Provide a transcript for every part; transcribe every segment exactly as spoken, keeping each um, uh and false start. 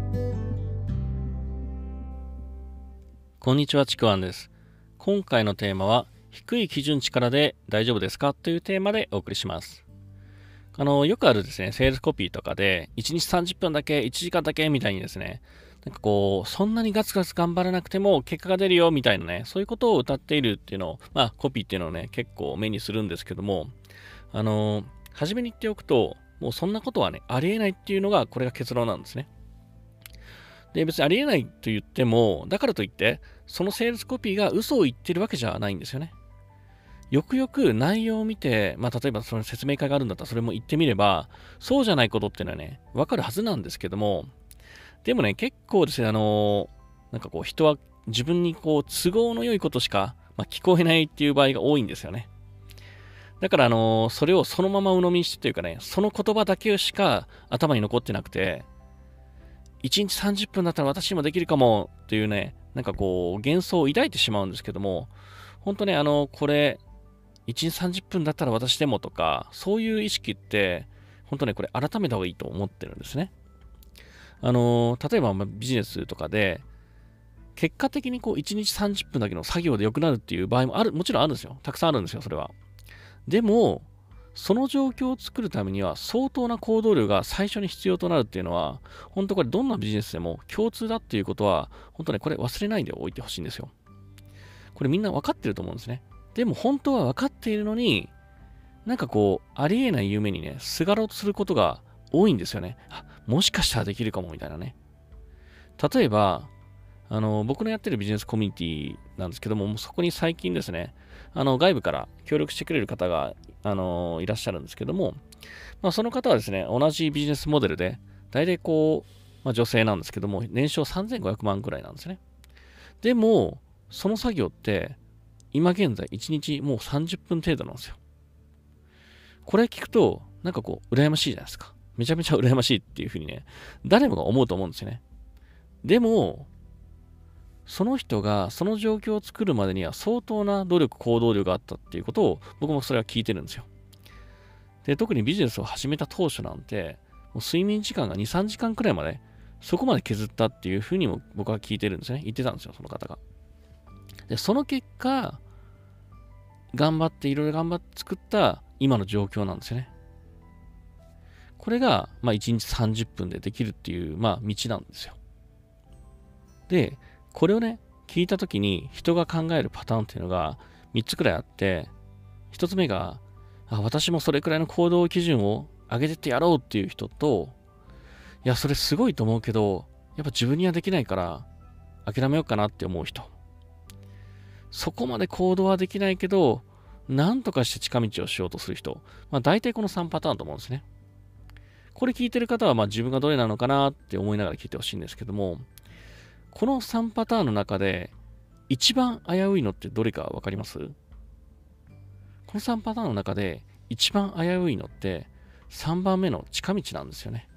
こんにちは、ちくわんです。今回のテーマは、低い基準値からで大丈夫ですかというテーマでお送りします。あの、よくあるですね、セールスコピーとかで、いちにちさんじゅっぷんだけ、いちじかんだけみたいにですね、なんかこう、そんなにガツガツ頑張らなくても結果が出るよみたいなね、そういうことを謳っているっていうのを、まあ、コピーっていうのをね、結構目にするんですけども、あの、初めに言っておくと、もうそんなことはね、ありえないっていうのが、これが結論なんですね。で、別にありえないと言っても、だからといって、そのセールスコピーが嘘を言ってるわけじゃないんですよね。よくよく内容を見て、まあ、例えばその説明会があるんだったらそれも言ってみれば、そうじゃないことっていうのはね、わかるはずなんですけども、でもね、結構ですね、あのー、なんかこう人は自分にこう都合の良いことしか、まあ、聞こえないっていう場合が多いんですよね。だからあのー、それをそのまま鵜呑みにしてというかね、その言葉だけしか頭に残ってなくて、いちにちさんじゅっぷんだったら私にもできるかもっていうね、なんかこう幻想を抱いてしまうんですけども、本当ね、あの、これ、いちにちさんじゅっぷんだったら私でもとか、そういう意識って、本当ね、これ改めた方がいいと思ってるんですね。あの、例えばビジネスとかで、結果的にこういちにちさんじゅっぷんだけの作業で良くなるっていう場合もある、もちろんあるんですよ。たくさんあるんですよ、それは。でも、その状況を作るためには相当な行動量が最初に必要となるっていうのは、本当これどんなビジネスでも共通だっていうことは、本当ね、これ忘れないでおいてほしいんですよ。これみんな分かってると思うんですね。でも本当は分かっているのに、なんかこう、ありえない夢にね、すがろうとすることが多いんですよね。あ、もしかしたらできるかもみたいなね。例えば、あの、僕のやってるビジネスコミュニティなんですけども、もうそこに最近ですね、あの、外部から協力してくれる方が、あの、いらっしゃるんですけども、まあ、その方はですね、同じビジネスモデルで、大体こう、まあ、女性なんですけども、年商さんぜんごひゃくまんくらいなんですね。でも、その作業って、今現在いちにちもうさんじゅっぷん程度なんですよ。これ聞くと、なんかこう、羨ましいじゃないですか。めちゃめちゃ羨ましいっていうふうにね、誰もが思うと思うんですよね。でも、その人がその状況を作るまでには相当な努力、行動量があったっていうことを僕もそれは聞いてるんですよ。で、特にビジネスを始めた当初なんて、もう睡眠時間がに、さんじかんくらいまで、そこまで削ったっていうふうにも僕は聞いてるんですね。言ってたんですよ、その方が。で、その結果、頑張っていろいろ頑張って作った今の状況なんですよね。これが、まあ、いちにちさんじゅっぷんでできるっていう、まあ、道なんですよ。で、これをね、聞いたときに人が考えるパターンっていうのがみっつくらいあって、ひとつめが、あ、私もそれくらいの行動基準を上げてってやろうっていう人と、いや、それすごいと思うけど、やっぱ自分にはできないから諦めようかなって思う人。そこまで行動はできないけど、なんとかして近道をしようとする人。まあ大体このさんパターンと思うんですね。これ聞いてる方はまあ自分がどれなのかなって思いながら聞いてほしいんですけども、このさんパターンの中で一番危ういのってどれかわかります？このさんパターンの中で一番危ういのってさんばんめの近道なんですよね。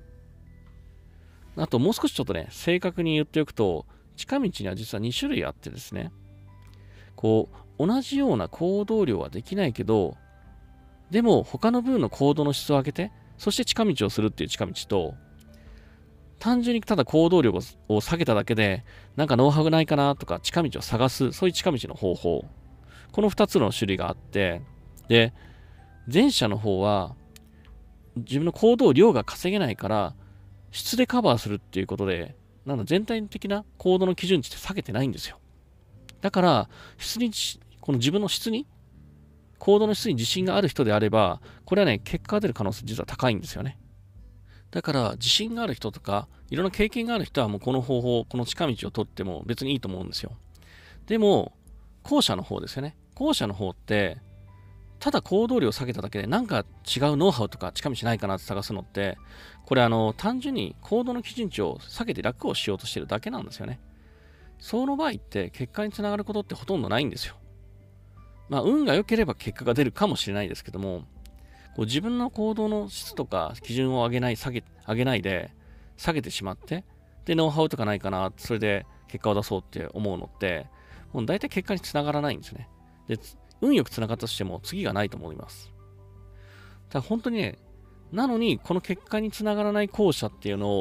あともう少しちょっとね、正確に言っておくと、近道には実はに種類あってですね、こう、同じような行動量はできないけど、でも他の分の行動の質を上げて、そして近道をするっていう近道と、単純にただ行動量を下げただけで、なんかノウハウがないかなとか近道を探す、そういう近道の方法。このふたつの種類があって、で、前者の方は、自分の行動量が稼げないから、質でカバーするっていうことで、なんだ全体的な行動の基準値って下げてないんですよ。だから、質に、この自分の質に、行動の質に自信がある人であれば、これはね、結果が出る可能性実は高いんですよね。だから、自信がある人とか、いろんな経験がある人はもうこの方法、この近道を取っても別にいいと思うんですよ。でも、後者の方ですよね。後者の方って、ただ行動量を下げただけでなんか違うノウハウとか近道ないかなって探すのって、これあの、単純に行動の基準値を下げて楽をしようとしてるだけなんですよね。その場合って結果につながることってほとんどないんですよ。まあ、運が良ければ結果が出るかもしれないですけども、こう自分の行動の質とか基準を上げない、下げ、上げないで、下げてしまって、で、ノウハウとかないかな、それで結果を出そうって思うのって、もう大体結果につながらないんですね。で、運よくつながったとしても次がないと思います。ただ本当にね、なのにこの結果につながらない後者っていうのを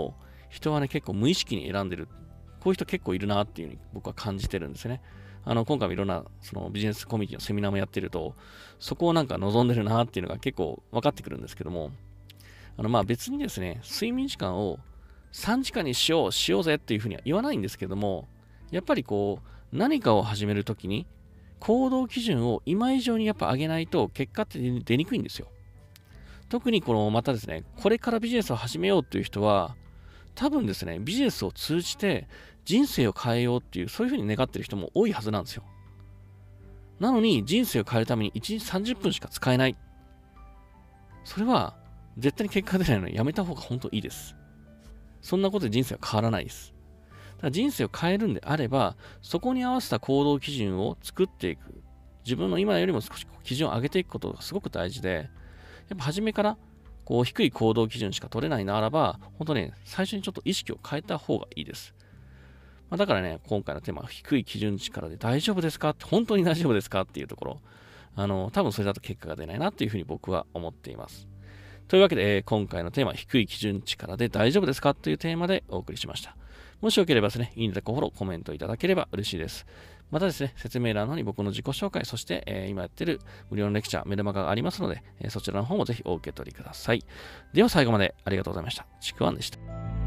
人はね、結構無意識に選んでる。こういう人結構いるなっていうふうに僕は感じてるんですね。あの、今回もいろんなそのビジネスコミュニティのセミナーもやってると、そこをなんか望んでるなっていうのが結構分かってくるんですけども、あの、まあ別にですね、睡眠時間をさんじかんにしよう、しようぜっていうふうには言わないんですけども、やっぱりこう、何かを始めるときに、行動基準を今以上にやっぱ上げないと結果って出にくいんですよ。特にこの、またですね、これからビジネスを始めようっていう人は、多分ですね、ビジネスを通じて人生を変えようっていう、そういうふうに願ってる人も多いはずなんですよ。なのに、人生を変えるためにいちにちさんじゅっぷんしか使えない。それは、絶対に結果が出ないのでやめた方が本当いいです。そんなことで人生は変わらないです。だから人生を変えるんであれば、そこに合わせた行動基準を作っていく。自分の今よりも少し基準を上げていくことがすごく大事で、やっぱ初めからこう低い行動基準しか取れないならば、本当ね、最初にちょっと意識を変えた方がいいです。まあ、だからね、今回のテーマは低い基準値からで大丈夫ですかって、本当に大丈夫ですかっていうところ、あの、多分それだと結果が出ないなっていうふうに僕は思っています。というわけで、えー今回のテーマは低い基準値からで大丈夫ですかというテーマでお送りしました。もしよければですね、いいね、フォロー、コメントいただければ嬉しいです。またですね、説明欄の方に僕の自己紹介、そして、えー今やってる無料のレクチャー、メルマガがありますので、えーそちらの方もぜひお受け取りください。では最後までありがとうございました。ちくわんでした。